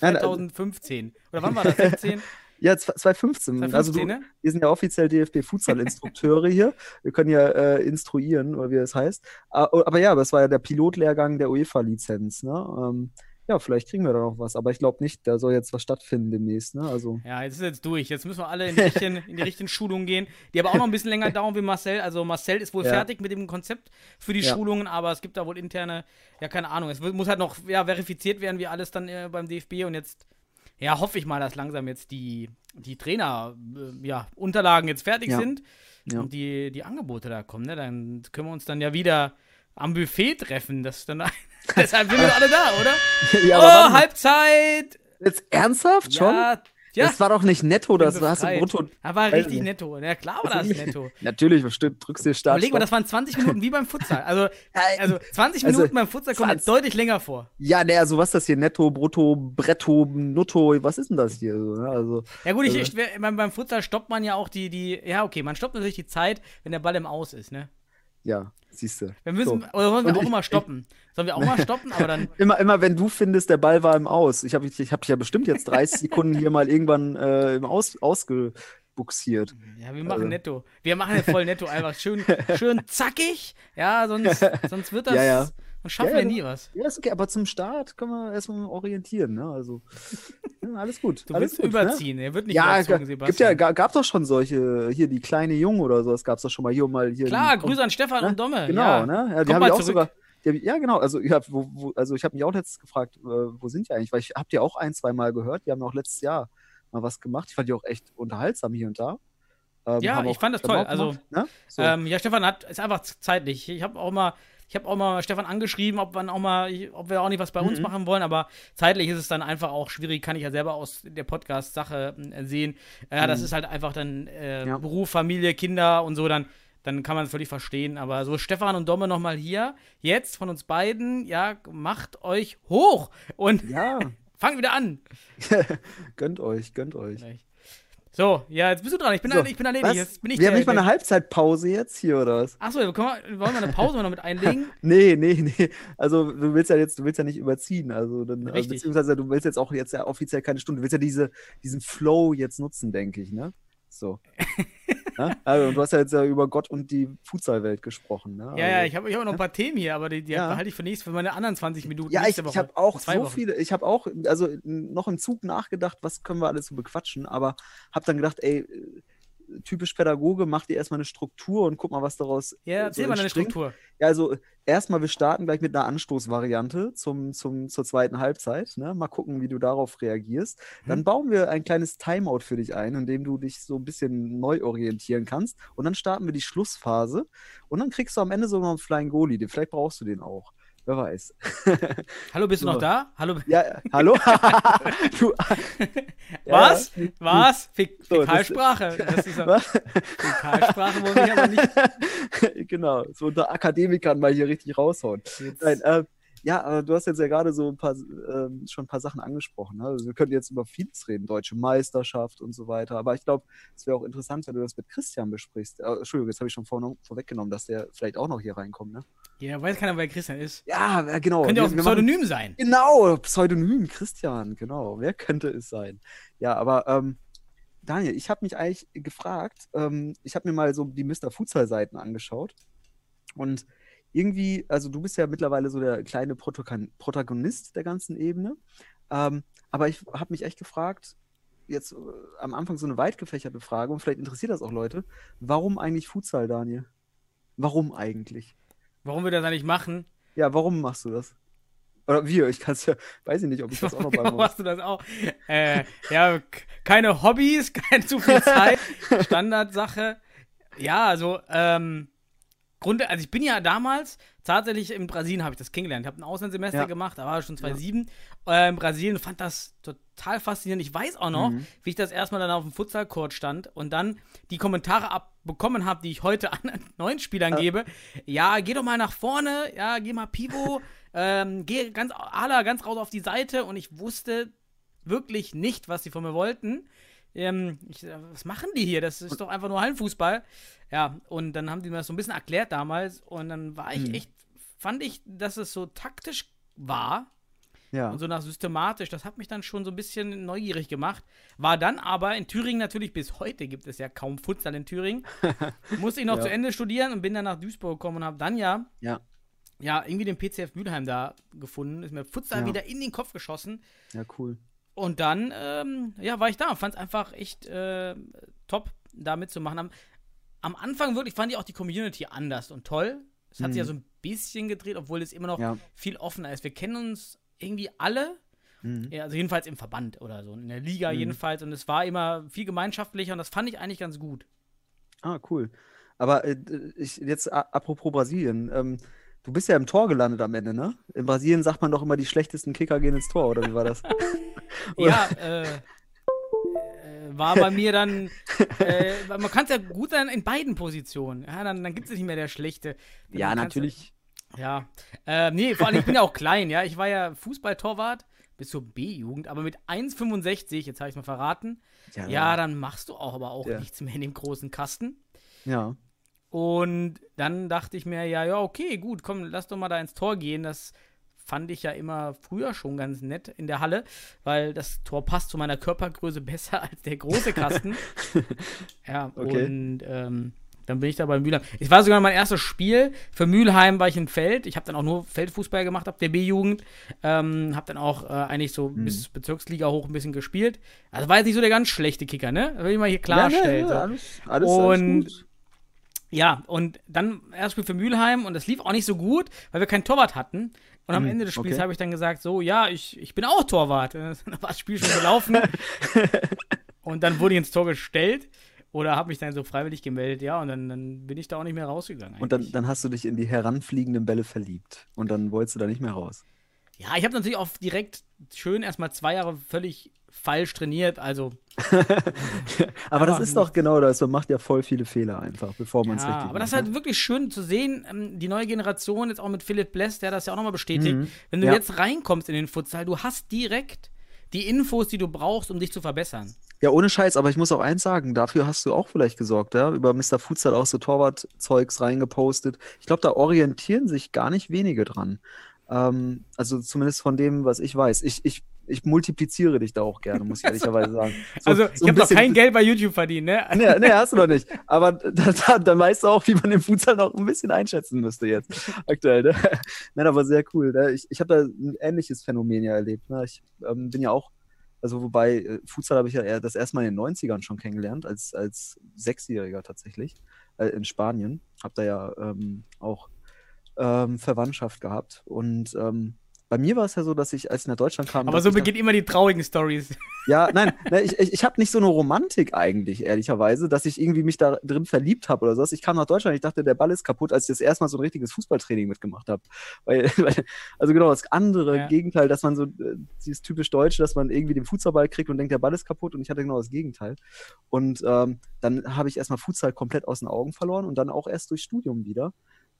2015. Oder wann war das? 16? Ja, 2015. Also wir sind ja offiziell DFB-Futsal-Instrukteure hier. Wir können ja instruieren, oder wie das heißt. Aber es war ja der Pilotlehrgang der UEFA-Lizenz. Ne? Ja, vielleicht kriegen wir da noch was. Aber ich glaube nicht, da soll jetzt was stattfinden demnächst. Ne? Also. Ja, jetzt ist jetzt durch. Jetzt müssen wir alle in die richtigen Schulungen gehen, die aber auch noch ein bisschen länger dauern wie Marcel. Also Marcel ist wohl fertig mit dem Konzept für die Schulungen, aber es gibt da wohl interne, keine Ahnung. Es muss halt noch verifiziert werden, wie alles dann beim DFB und jetzt hoffe ich mal, dass langsam jetzt die Trainer, Unterlagen jetzt fertig sind und die Angebote da kommen. Ne? Dann können wir uns dann ja wieder am Buffet treffen. Deshalb sind wir alle da, oder? Ja, Halbzeit! Jetzt ernsthaft schon? Ja. Das war doch nicht netto, das hast du brutto. Das war richtig netto. Ja, klar war das netto. Natürlich, bestimmt, drückst dir Start. Überleg mal, das waren 20 Minuten wie beim Futsal. Also 20 Minuten beim Futsal kommt jetzt deutlich länger vor. Ja, also was ist das hier? Netto, brutto, bretto, nutto, was ist denn das hier? Also, ja gut, beim Futsal stoppt man ja auch man stoppt natürlich die Zeit, wenn der Ball im Aus ist, ne? Ja, siehst du. Oder sollen wir auch mal stoppen? Sollen wir auch mal stoppen, aber dann. Immer wenn du findest, der Ball war im Aus. Ich hab dich ja bestimmt jetzt 30 Sekunden hier mal irgendwann im ausgebuxiert. Ja, wir machen netto. Wir machen ja voll netto einfach. Schön zackig. Ja, sonst wird das. Ja. Dann schaffen wir nie was. Ja, ist okay, aber zum Start können wir erstmal orientieren, ne? Also, alles gut. Du willst überziehen, er wird nicht überzogen, Sebastian. Gab doch schon solche, hier die kleine Junge oder so, das gab's doch schon mal hier. Klar, Grüße an Stefan und Domme. Genau, ne? Ja, die haben ja auch sogar. Ja, genau, also ich habe mich auch letztens gefragt, wo sind die eigentlich? Weil ich habe die auch 1-2 Mal gehört, die haben auch letztes Jahr mal was gemacht. Ich fand die auch echt unterhaltsam hier und da. Ich fand das toll. Also, ne? So. Stefan ist einfach zeitlich. Ich habe auch mal Stefan angeschrieben, ob wir auch nicht was bei uns machen wollen, aber zeitlich ist es dann einfach auch schwierig, kann ich ja selber aus der Podcast-Sache sehen. Das ist halt einfach dann Beruf, Familie, Kinder und so, dann dann kann man es völlig verstehen. Aber so Stefan und Domme nochmal hier, jetzt von uns beiden, ja, macht euch hoch und Ja, fangt wieder an. gönnt euch. So, ja, jetzt bist du dran. Ich bin So, erledigt. Was? Jetzt bin ich Wir haben nicht mal der- eine Halbzeitpause jetzt hier, oder was? Achso, wollen wir eine Pause noch mit einlegen? Nee. Also du willst ja nicht überziehen. Also dann, Richtig. beziehungsweise du willst jetzt auch jetzt ja offiziell keine Stunde. Du willst ja diesen Flow jetzt nutzen, denke ich, ne? So. Ne? Also, und du hast ja jetzt ja über Gott und die Futsal-Welt gesprochen, ne? Ja, Also, ich habe noch ein paar Themen hier, aber die Ja. behalte ich für meine anderen 20 Minuten. ja, ich nächste Woche. habe auch 2 so Wochen. viele, ich habe auch also noch im Zug nachgedacht, was können wir alles so bequatschen, aber habe dann gedacht, ey, typisch Pädagoge, mach dir erstmal eine Struktur und guck mal, was daraus Ja, erzähl so mal deine entspringt. Struktur. Ja, also erstmal, wir starten gleich mit einer Anstoßvariante zur zweiten Halbzeit. Ne? Mal gucken, wie du darauf reagierst. Dann bauen wir ein kleines Timeout für dich ein, in dem du dich so ein bisschen neu orientieren kannst. Und dann starten wir die Schlussphase. Und dann kriegst du am Ende so noch einen Flying Goalie. Vielleicht brauchst du den auch. Wer weiß. Hallo, bist du So. noch da? Hallo. Ja, hallo? du, Was? Ja. Was? So, Fäkalsprache. Das ist ja, Was? Fäkalsprache wollen wir aber nicht. Genau, so unter Akademikern mal hier richtig raushauen. Jetzt, Nein, ja, aber du hast jetzt ja gerade so schon ein paar Sachen angesprochen. Ne? Also wir könnten jetzt über vieles reden, Deutsche Meisterschaft und so weiter. Aber ich glaube, es wäre auch interessant, wenn du das mit Christian besprichst. Entschuldigung, jetzt habe ich schon vorweggenommen, dass der vielleicht auch noch hier reinkommt. Ne? ja, weiß keiner, wer Christian ist. Ja, genau. Könnte ja auch ein Wir machen- Pseudonym sein. Genau, Pseudonym Christian, genau. Wer könnte es sein? Ja, aber Daniel, ich habe mich eigentlich gefragt, ich habe mir mal so die Mr. Futsal-Seiten angeschaut und irgendwie, also du bist ja mittlerweile so der kleine Protagonist der ganzen Ebene, aber ich habe mich echt gefragt, jetzt am Anfang so eine weit gefächerte Frage und vielleicht interessiert das auch Leute, warum eigentlich Futsal, Daniel? Warum eigentlich? Warum wir das eigentlich machen? Ja, warum machst du das? Oder wir, ich kann es ja, weiß ich nicht, ob ich das auch noch Warum bei machst du das auch? Ja, keine Hobbys, keine zu viel Zeit, Standardsache. Ja, also, also ich bin ja damals, tatsächlich in Brasilien habe ich das kennengelernt. Ich habe ein Auslandssemester Ja. gemacht, da war ich schon 2007. In Brasilien, fand das total faszinierend. Ich weiß auch noch, wie ich das erstmal dann auf dem Futsal-Court stand und dann die Kommentare bekommen habe, die ich heute an neuen Spielern gebe. Ja, geh doch mal nach vorne, ja, geh mal Pivot, geh ganz raus auf die Seite und ich wusste wirklich nicht, was sie von mir wollten. Was machen die hier? Das ist doch einfach nur Hallenfußball. Ja, und dann haben die mir das so ein bisschen erklärt damals und dann war ich fand ich, dass es so taktisch war Ja. und so nach systematisch. Das hat mich dann schon so ein bisschen neugierig gemacht. War dann aber in Thüringen natürlich, bis heute gibt es ja kaum Futsal in Thüringen. Musste ich noch Ja. zu Ende studieren und bin dann nach Duisburg gekommen und habe dann ja irgendwie den PCF Mülheim da gefunden. Ist mir Futsal Ja. wieder in den Kopf geschossen. Ja, cool. Und dann, war ich da. Fand es einfach echt top, da mitzumachen. Am Anfang wirklich fand ich auch die Community anders und toll. Es hat sich ja so ein bisschen gedreht, obwohl es immer noch Ja. viel offener ist. Wir kennen uns irgendwie alle. Ja, also jedenfalls im Verband oder so, in der Liga jedenfalls. Und es war immer viel gemeinschaftlicher und das fand ich eigentlich ganz gut. Ah, cool. Aber apropos Brasilien, du bist ja im Tor gelandet am Ende, ne? In Brasilien sagt man doch immer, die schlechtesten Kicker gehen ins Tor, oder wie war das? Ja, war bei mir dann, man kann es ja gut sein in beiden Positionen. Ja, dann gibt es nicht mehr der Schlechte. Ja, Dann kannst du- natürlich. Ja, nee, vor allem, ich bin ja auch klein, ja. Ich war ja Fußballtorwart bis zur B-Jugend, aber mit 1,65, jetzt habe ich es mal verraten, ja, dann machst du aber auch Ja. nichts mehr in dem großen Kasten. Ja. Und dann dachte ich mir, ja, okay, gut, komm, lass doch mal da ins Tor gehen. Das fand ich ja immer früher schon ganz nett in der Halle, weil das Tor passt zu meiner Körpergröße besser als der große Kasten. Ja, Okay. und dann bin ich da bei Mülheim. Es war sogar mein erstes Spiel. Für Mülheim war ich im Feld. Ich habe dann auch nur Feldfußball gemacht ab der B-Jugend. Habe dann auch eigentlich so bis Bezirksliga hoch ein bisschen gespielt. Also war jetzt nicht so der ganz schlechte Kicker, ne? Das will ich mal hier klarstellen. Ja, so. alles Und- gut. Ja, und dann erstes Spiel für Mülheim und das lief auch nicht so gut, weil wir keinen Torwart hatten. Und am Ende des Spiels okay. habe ich dann gesagt, so, ja, ich bin auch Torwart. Dann war das Spiel schon gelaufen. Und dann wurde ich ins Tor gestellt oder habe mich dann so freiwillig gemeldet, ja, und dann bin ich da auch nicht mehr rausgegangen. Und dann hast du dich in die heranfliegenden Bälle verliebt. Und dann wolltest du da nicht mehr raus. Ja, ich habe natürlich auch direkt schön erstmal 2 Jahre völlig falsch trainiert, also. Aber das ist doch genau das. Man macht ja voll viele Fehler einfach, bevor man es richtig macht. Aber das ist halt wirklich schön zu sehen, die neue Generation, jetzt auch mit Philipp Bless, der das ja auch nochmal bestätigt. Wenn du jetzt reinkommst in den Futsal, du hast direkt die Infos, die du brauchst, um dich zu verbessern. Ja, ohne Scheiß, aber ich muss auch eins sagen, dafür hast du auch vielleicht gesorgt, ja? Über Mr. Futsal auch so Torwart-Zeugs reingepostet. Ich glaube, da orientieren sich gar nicht wenige dran. Also zumindest von dem, was ich weiß. Ich multipliziere dich da auch gerne, muss ich ehrlicherweise sagen. Also, ich habe noch kein Geld bei YouTube verdient, ne? Nee, hast du noch nicht. Aber dann weißt du auch, wie man den Futsal noch ein bisschen einschätzen müsste jetzt aktuell. Ne? Nein, aber sehr cool. Ne? Ich habe da ein ähnliches Phänomen ja erlebt. Ne? Ich bin ja auch, also wobei, Futsal habe ich ja das erste Mal in den 90ern schon kennengelernt, als 6-Jähriger tatsächlich, in Spanien. Habe da ja auch Verwandtschaft gehabt. Und bei mir war es ja so, dass ich, als ich nach Deutschland kam... Aber so beginnen immer die traurigen Stories. Ja, nein, ich habe nicht so eine Romantik eigentlich, ehrlicherweise, dass ich irgendwie mich da drin verliebt habe oder sowas. Ich kam nach Deutschland, ich dachte, der Ball ist kaputt, als ich das erste Mal so ein richtiges Fußballtraining mitgemacht habe. Also genau, das andere Gegenteil, dass man so, dieses typisch Deutsche, dass man irgendwie den Futsalball kriegt und denkt, der Ball ist kaputt, und ich hatte genau das Gegenteil. Und dann habe ich erstmal Futsal komplett aus den Augen verloren und dann auch erst durchs Studium wieder.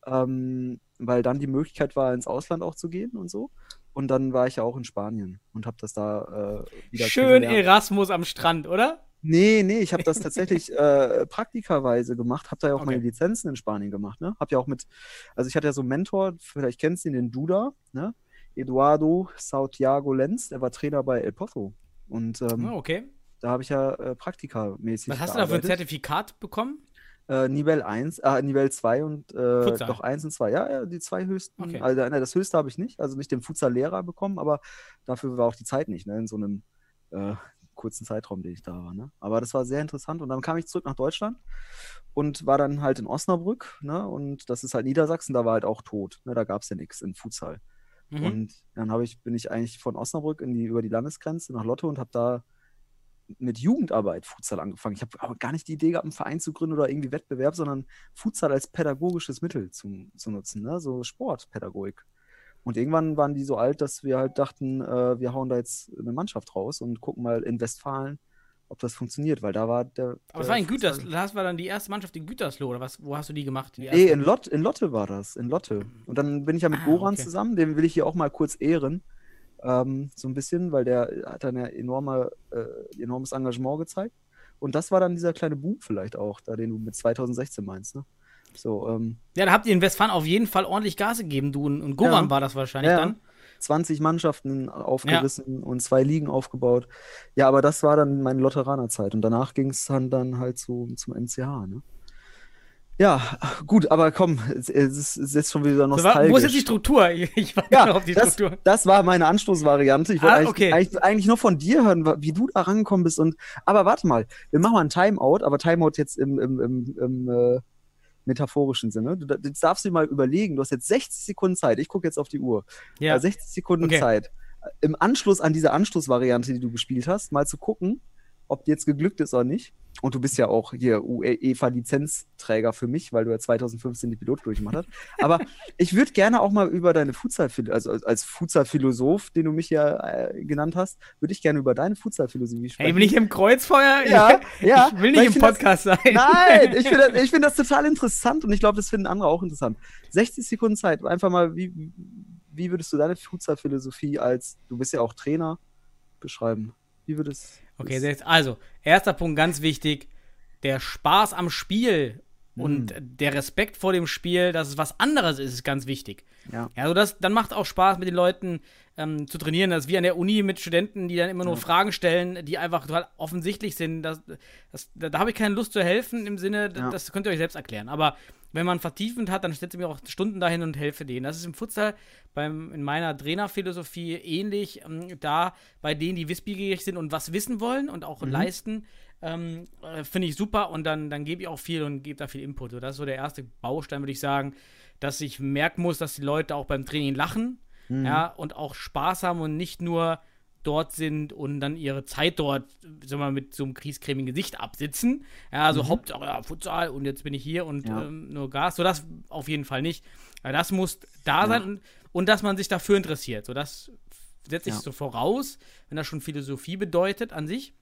Weil dann die Möglichkeit war, ins Ausland auch zu gehen und so. Und dann war ich ja auch in Spanien und habe das da wieder schön Erasmus am Strand, oder? Nee, ich habe das tatsächlich praktikaweise gemacht, habe da ja auch meine Lizenzen in Spanien gemacht, ne? Hab ja auch also ich hatte ja so einen Mentor, vielleicht kennst du ihn, den Duda, ne? Eduardo Santiago Lenz, der war Trainer bei El Pozo. Und da habe ich ja praktikamäßig Was hast du da für ein Zertifikat bekommen? Nivell 1, Nivell 2 und doch 1 und 2. Ja, die 2 höchsten. Okay. Also das höchste habe ich nicht, also nicht den Futsal-Lehrer bekommen, aber dafür war auch die Zeit nicht, ne, in so einem kurzen Zeitraum, den ich da war. Ne? Aber das war sehr interessant. Und dann kam ich zurück nach Deutschland und war dann halt in Osnabrück, ne? Und das ist halt Niedersachsen, da war halt auch tot. Ne? Da gab es ja nichts in Futsal. Und dann bin ich eigentlich von Osnabrück über die Landesgrenze nach Lotte und habe da mit Jugendarbeit Futsal angefangen. Ich habe aber gar nicht die Idee gehabt, einen Verein zu gründen oder irgendwie Wettbewerb, sondern Futsal als pädagogisches Mittel zu nutzen, ne? So Sportpädagogik. Und irgendwann waren die so alt, dass wir halt dachten, wir hauen da jetzt eine Mannschaft raus und gucken mal in Westfalen, ob das funktioniert, weil da war der... Aber es war in Gütersloh, das war dann die erste Mannschaft in Gütersloh, oder was? Wo hast du die gemacht? Nee, in Lotte war das, in Lotte. Und dann bin ich ja mit Goran zusammen, den will ich hier auch mal kurz ehren, so ein bisschen, weil der hat dann ja enormes Engagement gezeigt. Und das war dann dieser kleine Boom vielleicht auch, da den du mit 2016 meinst, ne? So, ja, da habt ihr in Westfalen auf jeden Fall ordentlich Gas gegeben, du und Goran war das wahrscheinlich dann. 20 Mannschaften aufgerissen und 2 Ligen aufgebaut. Ja, aber das war dann meine Lotteraner-Zeit. Und danach ging es dann halt zum MCH, ne? Ja, gut, aber komm, es ist jetzt schon wieder nostalgisch. Wo ist jetzt die Struktur? Ich warte noch auf die Struktur. Das war meine Anstoßvariante. Ich wollte eigentlich nur von dir hören, wie du da rangekommen bist. Aber warte mal, wir machen mal ein Timeout, aber Timeout jetzt im metaphorischen Sinne. Du darfst dir mal überlegen, du hast jetzt 60 Sekunden Zeit. Ich gucke jetzt auf die Uhr. Ja. 60 Sekunden Zeit. Im Anschluss an diese Anstoßvariante, die du gespielt hast, mal zu gucken, ob die jetzt geglückt ist oder nicht. Und du bist ja auch hier UEFA-Lizenzträger für mich, weil du ja 2015 die Pilot durchgemacht hast. Aber ich würde gerne auch mal über deine also als Futsal-Philosoph, den du mich ja genannt hast, würde ich gerne über deine Futsal-Philosophie sprechen. Hey, bin ich im Kreuzfeuer? Ja. Ich will nicht im Podcast sein. Nein, ich finde das total interessant und ich glaube, das finden andere auch interessant. 60 Sekunden Zeit, einfach mal, wie würdest du deine Futsal-Philosophie du bist ja auch Trainer, beschreiben? Wie würdest Okay, also, erster Punkt, ganz wichtig, der Spaß am Spiel und der Respekt vor dem Spiel, dass es was anderes ist ganz wichtig. Ja. Also dann macht auch Spaß, mit den Leuten zu trainieren. Das ist wie an der Uni mit Studenten, die dann immer nur Fragen stellen, die einfach total offensichtlich sind. Da habe ich keine Lust zu helfen, im Sinne, das könnt ihr euch selbst erklären. Aber wenn man vertiefend hat, dann setze ich mir auch Stunden dahin und helfe denen. Das ist im Futsal in meiner Trainerphilosophie ähnlich. Da bei denen, die wissbegierig sind und was wissen wollen und auch leisten, finde ich super. Und dann gebe ich auch viel und gebe da viel Input. So, das ist so der erste Baustein, würde ich sagen, dass ich merken muss, dass die Leute auch beim Training lachen, und auch Spaß haben und nicht nur dort sind und dann ihre Zeit dort, sagen wir mal, mit so einem griescremigen Gesicht absitzen. Ja, also Hauptsache Futsal und jetzt bin ich hier und nur Gas. So, das auf jeden Fall nicht. Aber das muss da sein und dass man sich dafür interessiert. So, das setze ich so voraus, wenn das schon Philosophie bedeutet an sich.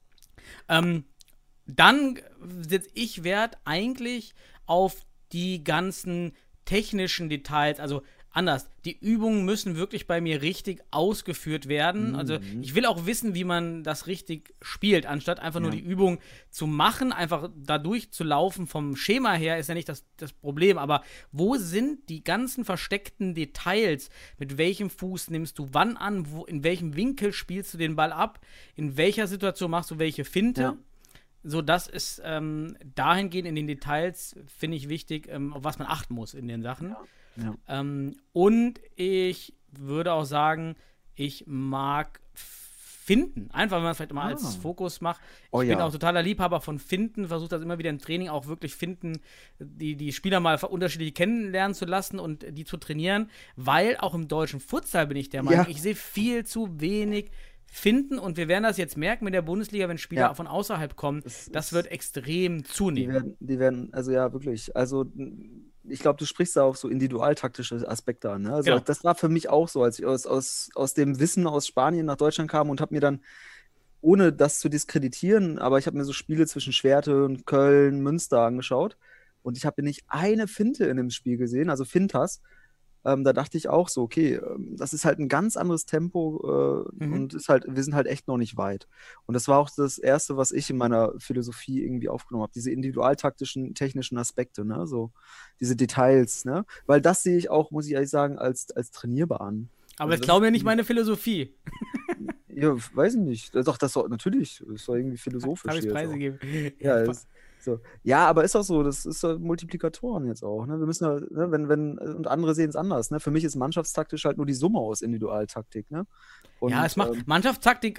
Dann setze ich Wert eigentlich auf die ganzen technischen Details, also anders. Die Übungen müssen wirklich bei mir richtig ausgeführt werden. Also ich will auch wissen, wie man das richtig spielt, anstatt einfach nur die Übung zu machen, einfach da durchzulaufen. Vom Schema her ist ja nicht das Problem, aber wo sind die ganzen versteckten Details? Mit welchem Fuß nimmst du wann an? In welchem Winkel spielst du den Ball ab? In welcher Situation machst du welche Finte? Ja. So, das ist dahingehend in den Details, finde ich wichtig, auf was man achten muss in den Sachen. Ja. Und ich würde auch sagen, ich mag Finten. Einfach, wenn man es vielleicht mal als Fokus macht. Ich bin auch totaler Liebhaber von Finten, versuche das immer wieder im Training auch wirklich Finten, die Spieler mal unterschiedlich kennenlernen zu lassen und die zu trainieren, weil auch im deutschen Futsal bin ich der Meinung, ich sehe viel zu wenig Finten und wir werden das jetzt merken mit der Bundesliga, wenn Spieler von außerhalb kommen, das wird extrem zunehmen. Die werden, also ja, wirklich, also ich glaube, du sprichst da auf so individualtaktische Aspekte an. Ne? Also das war für mich auch so, als ich aus dem Wissen aus Spanien nach Deutschland kam und habe mir dann, ohne das zu diskreditieren, aber ich habe mir so Spiele zwischen Schwerte und Köln, Münster angeschaut und ich habe nicht eine Finte in dem Spiel gesehen, also Fintas. Da dachte ich auch so, okay, das ist halt ein ganz anderes Tempo und ist halt, wir sind halt echt noch nicht weit. Und das war auch das Erste, was ich in meiner Philosophie irgendwie aufgenommen habe, diese individualtaktischen, technischen Aspekte, ne, so diese Details, ne, weil das sehe ich auch, muss ich ehrlich sagen, als trainierbar an. Aber also, das glaube mir nicht meine Philosophie. Ja, weiß ich nicht. Doch, das soll, natürlich, das soll irgendwie philosophisch habe ich preisgegeben. Ja, so. Ja, aber ist auch so, das ist Multiplikatoren jetzt auch. Ne? Wir müssen ja, ne, wenn und andere sehen es anders. Ne? Für mich ist mannschaftstaktisch halt nur die Summe aus Individualtaktik. Ne? Und, ja, es macht Mannschaftstaktik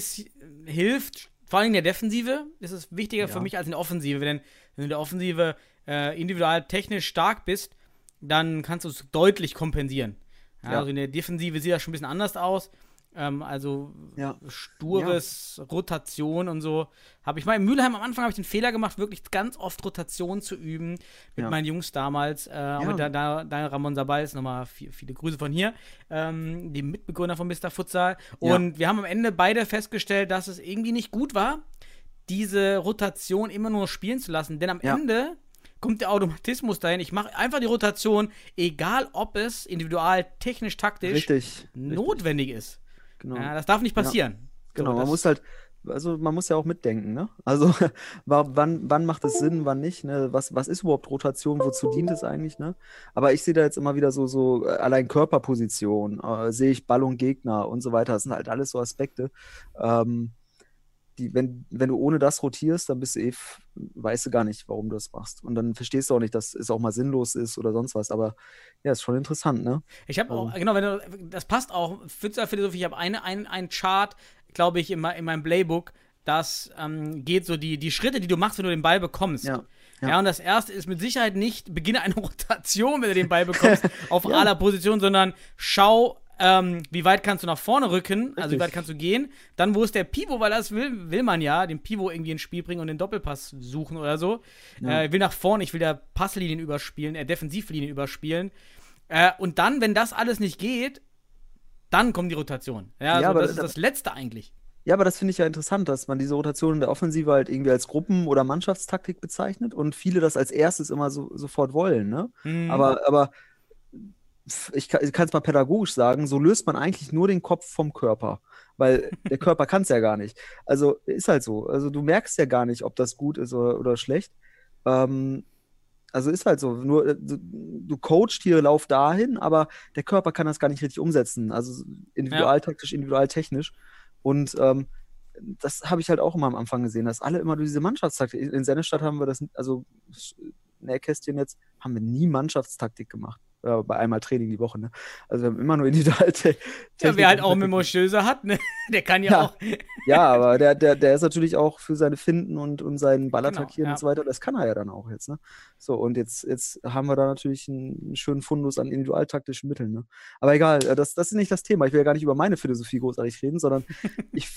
hilft, vor allem in der Defensive, ist es wichtiger für mich als in der Offensive. Denn wenn du in der Offensive individual technisch stark bist, dann kannst du es deutlich kompensieren. Ja, also in der Defensive sieht das schon ein bisschen anders aus. Stures Rotation und so. In Mülheim am Anfang habe ich den Fehler gemacht, wirklich ganz oft Rotation zu üben mit meinen Jungs damals. Mit Ramon Sabals, nochmal viele Grüße von hier, dem Mitbegründer von Mr. Futsal. Und wir haben am Ende beide festgestellt, dass es irgendwie nicht gut war, diese Rotation immer nur spielen zu lassen. Denn am Ende kommt der Automatismus dahin. Ich mache einfach die Rotation, egal ob es individual, technisch, taktisch notwendig ist. Genau. Ja, das darf nicht passieren. Ja, genau, man muss ja auch mitdenken, ne? Also wann macht es Sinn, wann nicht, ne? Was ist überhaupt Rotation, wozu dient es eigentlich, ne? Aber ich sehe da jetzt immer wieder so allein Körperposition, sehe ich Ball und Gegner und so weiter, das sind halt alles so Aspekte, wenn du ohne das rotierst, dann weißt du gar nicht, warum du das machst. Und dann verstehst du auch nicht, dass es auch mal sinnlos ist oder sonst was. Aber ja, ist schon interessant, ne? Ich habe auch, das passt auch, Futsal-Philosophie, ich habe einen Chart, glaube ich, in meinem Playbook, das geht so die Schritte, die du machst, wenn du den Ball bekommst. Ja, und das erste ist mit Sicherheit nicht, beginne eine Rotation, wenn du den Ball bekommst, auf aller Position, sondern schau, wie weit kannst du nach vorne rücken, also wie weit kannst du gehen, dann wo ist der Pivot, weil das will man ja, den Pivot irgendwie ins Spiel bringen und den Doppelpass suchen oder so. Ich will nach vorne, ich will da Passlinien überspielen, Defensivlinien überspielen. Und dann, wenn das alles nicht geht, dann kommt die Rotation. Ja, also aber das ist das Letzte eigentlich. Ja, aber das finde ich ja interessant, dass man diese Rotation in der Offensive halt irgendwie als Gruppen- oder Mannschaftstaktik bezeichnet und viele das als erstes immer sofort wollen, ne? Aber ich kann es mal pädagogisch sagen, so löst man eigentlich nur den Kopf vom Körper, weil der Körper kann es ja gar nicht. Also ist halt so. Also du merkst ja gar nicht, ob das gut ist oder schlecht. Also ist halt so. Nur du coachst hier, lauf dahin, aber der Körper kann das gar nicht richtig umsetzen. Also individualtaktisch, individualtechnisch. Und das habe ich halt auch immer am Anfang gesehen, dass alle immer durch diese Mannschaftstaktik, in Sennestadt haben wir das, also Nähkästchen jetzt, haben wir nie Mannschaftstaktik gemacht. Bei einmal Training die Woche, ne? Also wir haben immer nur Individualtechnik. Ja, wer halt auch Memo Stöße hat, ne? Der kann ja auch. Ja, aber der ist natürlich auch für seine Finden und seinen Ball attackieren und so weiter, das kann er ja dann auch jetzt, ne? So, und jetzt haben wir da natürlich einen schönen Fundus an individualtaktischen Mitteln, ne? Aber egal, das ist nicht das Thema. Ich will ja gar nicht über meine Philosophie großartig reden, sondern ich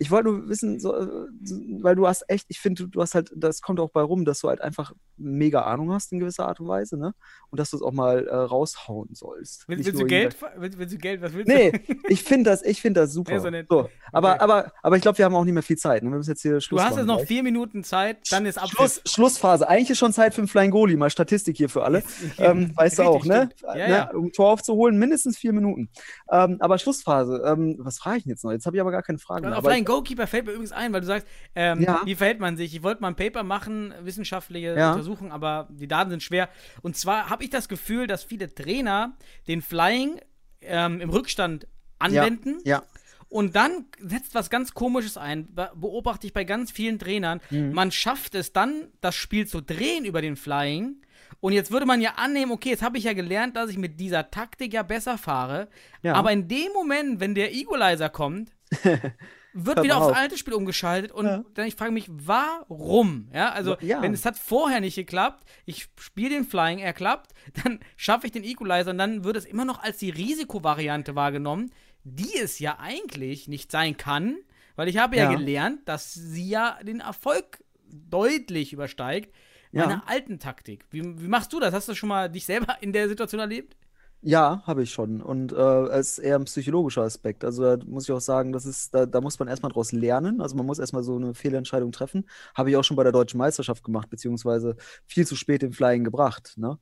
Ich wollte nur wissen, weil du hast echt, ich finde, du hast halt, das kommt auch bei rum, dass du halt einfach mega Ahnung hast in gewisser Art und Weise, ne? Und dass du es auch mal raushauen sollst. Willst du Geld? Willst du Geld? Was willst du? Nee, ich finde das super. Ja, so nett. So, aber, Okay. aber ich glaube, wir haben auch nicht mehr viel Zeit. Ne? Wir müssen jetzt hier Du hast jetzt noch 4 Minuten Zeit, dann ist Abschluss. Schlussphase. Eigentlich ist schon Zeit für einen Flying Goalie. Mal Statistik hier für alle. Weißt du auch, ne? Ja. Um ein Tor aufzuholen, mindestens 4 Minuten. Aber Schlussphase. Was frage ich denn jetzt noch? Jetzt habe ich aber gar keine Frage mehr. Auf Flying Goalkeeper fällt mir übrigens ein, weil du sagst, Ja. wie verhält man sich? Ich wollte mal ein Paper machen, wissenschaftliche Ja. Untersuchung, aber die Daten sind schwer. Und zwar habe ich das Gefühl, dass viele Trainer den Flying im Rückstand anwenden. Ja. Und dann setzt was ganz Komisches ein, beobachte ich bei ganz vielen Trainern. Man schafft es dann, das Spiel zu drehen über den Flying. Und jetzt würde man ja annehmen, okay, jetzt habe ich ja gelernt, dass ich mit dieser Taktik ja besser fahre. Ja. Aber in dem Moment, wenn der Equalizer kommt, wird Hört wieder man aufs auf. alte Spiel umgeschaltet. Und Ja. dann ich frage mich, warum? Ja, also, Ja. wenn es hat vorher nicht geklappt, ich spiele den Flying, er klappt, dann schaffe ich den Equalizer und dann wird es immer noch als die Risikovariante wahrgenommen, die es ja eigentlich nicht sein kann, weil ich habe ja Ja. gelernt, dass sie ja den Erfolg deutlich übersteigt meiner alten Taktik. Wie machst du das? Hast du schon mal dich selber in der Situation erlebt? Ja, habe ich schon. Und es ist eher ein psychologischer Aspekt. Also da muss ich auch sagen, da muss man erstmal draus lernen. Also man muss erstmal so eine Fehlentscheidung treffen. Habe ich auch schon bei der Deutschen Meisterschaft gemacht, beziehungsweise viel zu spät den Flying gebracht, ne?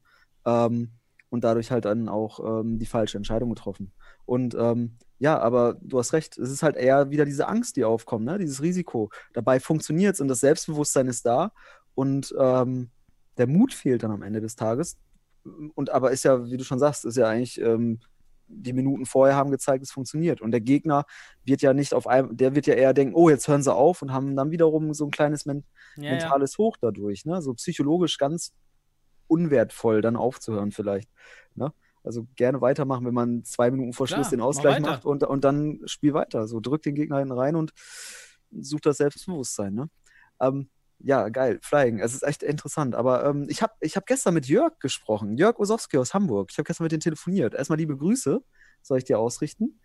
Und dadurch halt dann auch die falsche Entscheidung getroffen. Und ja, aber du hast recht, es ist halt eher wieder diese Angst, die aufkommt, ne? Dieses Risiko. Dabei funktioniert es und das Selbstbewusstsein ist da und der Mut fehlt dann am Ende des Tages. Und aber ist ja, wie du schon sagst, ist ja eigentlich, die Minuten vorher haben gezeigt, es funktioniert. Und der Gegner wird ja nicht der wird ja eher denken, oh, jetzt hören sie auf und haben dann wiederum so ein kleines mentales Hoch dadurch, ne? So psychologisch ganz unwertvoll, dann aufzuhören vielleicht. Ne? Also gerne weitermachen, wenn man 2 Minuten vor Schluss den Ausgleich macht und dann spiel weiter. So drückt den Gegner hinten rein und sucht das Selbstbewusstsein. Ne? Ja, geil, Flying. Es ist echt interessant. Aber ich hab gestern mit Jörg gesprochen. Jörg Osowski aus Hamburg. Ich habe gestern mit ihm telefoniert. Erstmal liebe Grüße, soll ich dir ausrichten.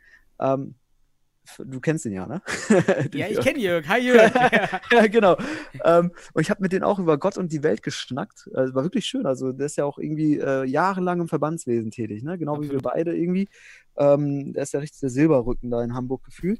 Du kennst ihn ja, ne? Ja, ich kenne Jörg. Hi Jörg. Ja, genau. Und ich habe mit denen auch über Gott und die Welt geschnackt. War wirklich schön. Also der ist ja auch irgendwie jahrelang im Verbandswesen tätig, ne? Genau wie wir beide irgendwie. Der ist ja richtig der Silberrücken da in Hamburg gefühlt.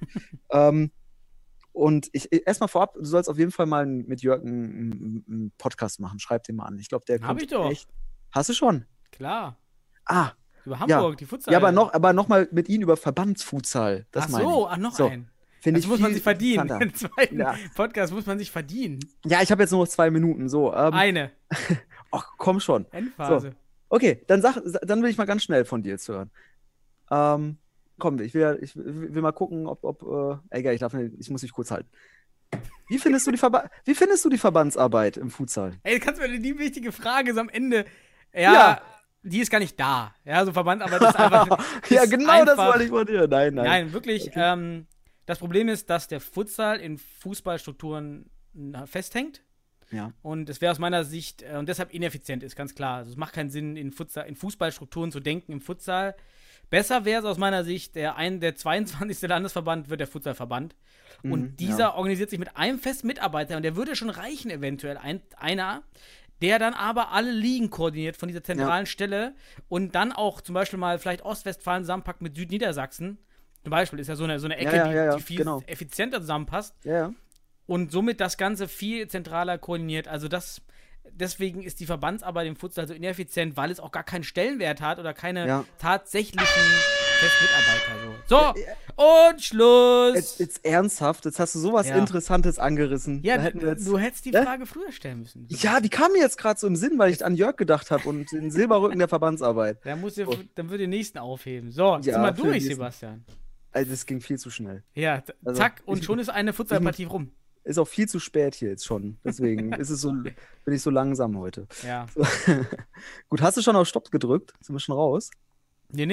Und erstmal vorab, du sollst auf jeden Fall mal mit Jörg einen Podcast machen. Schreib den mal an. Ich glaube, der Hab ich doch. echt. Hast du schon? Klar. Über Hamburg, die Futsal. Ja, aber noch mal mit ihnen über Verbandsfutsal. Das meine ich. Noch so, einen. Das muss man sich verdienen. Den zweiten Ja. Podcast muss man sich verdienen. Ja, ich habe jetzt nur noch 2 Minuten. So, Eine. Ach, komm schon. Endphase. So. Okay, dann will ich mal ganz schnell von dir jetzt hören. Komm, ich will mal gucken, egal, ich muss mich kurz halten. Wie findest du die Verbandsarbeit im Futsal? Ey, kannst du mir die wichtige Frage ist am Ende. Ja. Die ist gar nicht da. Ja, so Verbandsarbeit ist einfach. Ja, genau, das wollte ich von dir. Nein. Nein, wirklich. Okay. Das Problem ist, dass der Futsal in Fußballstrukturen festhängt. Ja. Und es wäre aus meiner Sicht und deshalb ineffizient ist, ganz klar. Also es macht keinen Sinn, in Fußballstrukturen zu denken im Futsal. Besser wäre es aus meiner Sicht, der 22. Landesverband wird der Futsalverband. Und dieser organisiert sich mit einem festen Mitarbeiter und der würde schon reichen, eventuell einer, der dann aber alle Ligen koordiniert von dieser zentralen Stelle und dann auch zum Beispiel mal vielleicht Ostwestfalen zusammenpackt mit Südniedersachsen. Zum Beispiel ist ja so eine Ecke, die viel effizienter zusammenpasst. Ja. Und somit das Ganze viel zentraler koordiniert. Also deswegen ist die Verbandsarbeit im Futsal so ineffizient, weil es auch gar keinen Stellenwert hat oder keine tatsächlichen Festmitarbeiter. So, und Schluss! Jetzt ernsthaft, jetzt hast du sowas Interessantes angerissen. Ja, du hättest die Frage früher stellen müssen. Ja, die kam mir jetzt gerade so im Sinn, weil ich an Jörg gedacht habe und den Silberrücken der Verbandsarbeit. Dann wird den nächsten aufheben. So, jetzt sind wir durch, Sebastian. Also, das ging viel zu schnell. Ja, zack, und schon ist eine Futsalpartie rum. Ist auch viel zu spät hier jetzt schon. Deswegen bin ich so langsam heute. Ja. So. Gut, hast du schon auf Stopp gedrückt? Sind wir schon raus? Nee.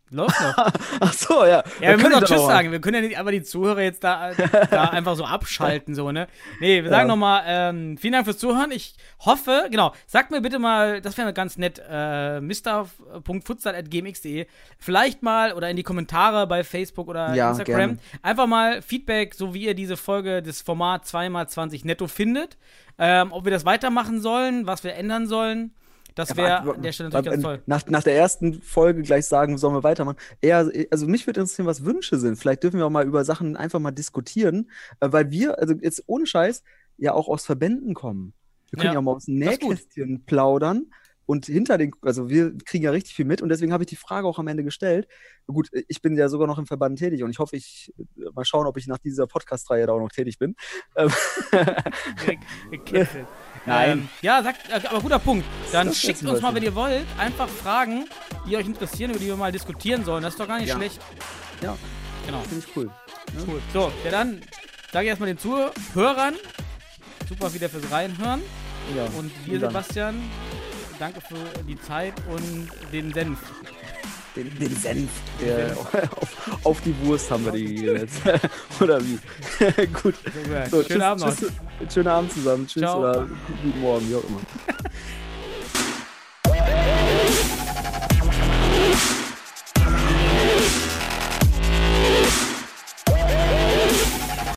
Läuft noch. Ach so, ja. Ja, wir müssen doch Tschüss sagen. Wir können ja nicht einfach die Zuhörer jetzt da einfach so abschalten, so, ne? Nee, wir sagen nochmal, vielen Dank fürs Zuhören. Ich hoffe, genau, sagt mir bitte mal, das wäre ganz nett, mr.futsal@gmx.de, vielleicht mal oder in die Kommentare bei Facebook oder Instagram, gerne. Einfach mal Feedback, so wie ihr diese Folge, das Format 2x20 netto findet, ob wir das weitermachen sollen, was wir ändern sollen. Das wäre an der Stelle natürlich ganz toll. Nach der ersten Folge gleich sagen, sollen wir weitermachen. Also mich würde interessieren, was Wünsche sind. Vielleicht dürfen wir auch mal über Sachen einfach mal diskutieren, weil wir, also jetzt ohne Scheiß, ja auch aus Verbänden kommen. Wir können ja auch mal aus dem Nähkästchen plaudern und also wir kriegen ja richtig viel mit und deswegen habe ich die Frage auch am Ende gestellt. Gut, ich bin ja sogar noch im Verband tätig und ich hoffe, mal schauen, ob ich nach dieser Podcast-Reihe da auch noch tätig bin. Nein. Aber guter Punkt. Dann schickt uns mal, wenn ihr wollt, einfach Fragen, die euch interessieren, über die wir mal diskutieren sollen. Das ist doch gar nicht schlecht. Ja, genau. Finde ich cool. Ja. Cool. So, dann sage ich erstmal den Zuhörern, super wieder fürs Reinhören. Ja. Und dir, Sebastian, danke für die Zeit und den Senf. Den Senf. Auf die Wurst haben wir die jetzt. Oder wie? Gut. So, schönen Abend noch. Schönen Abend zusammen. Tschüss. Ciao. Oder guten Morgen, wie auch immer.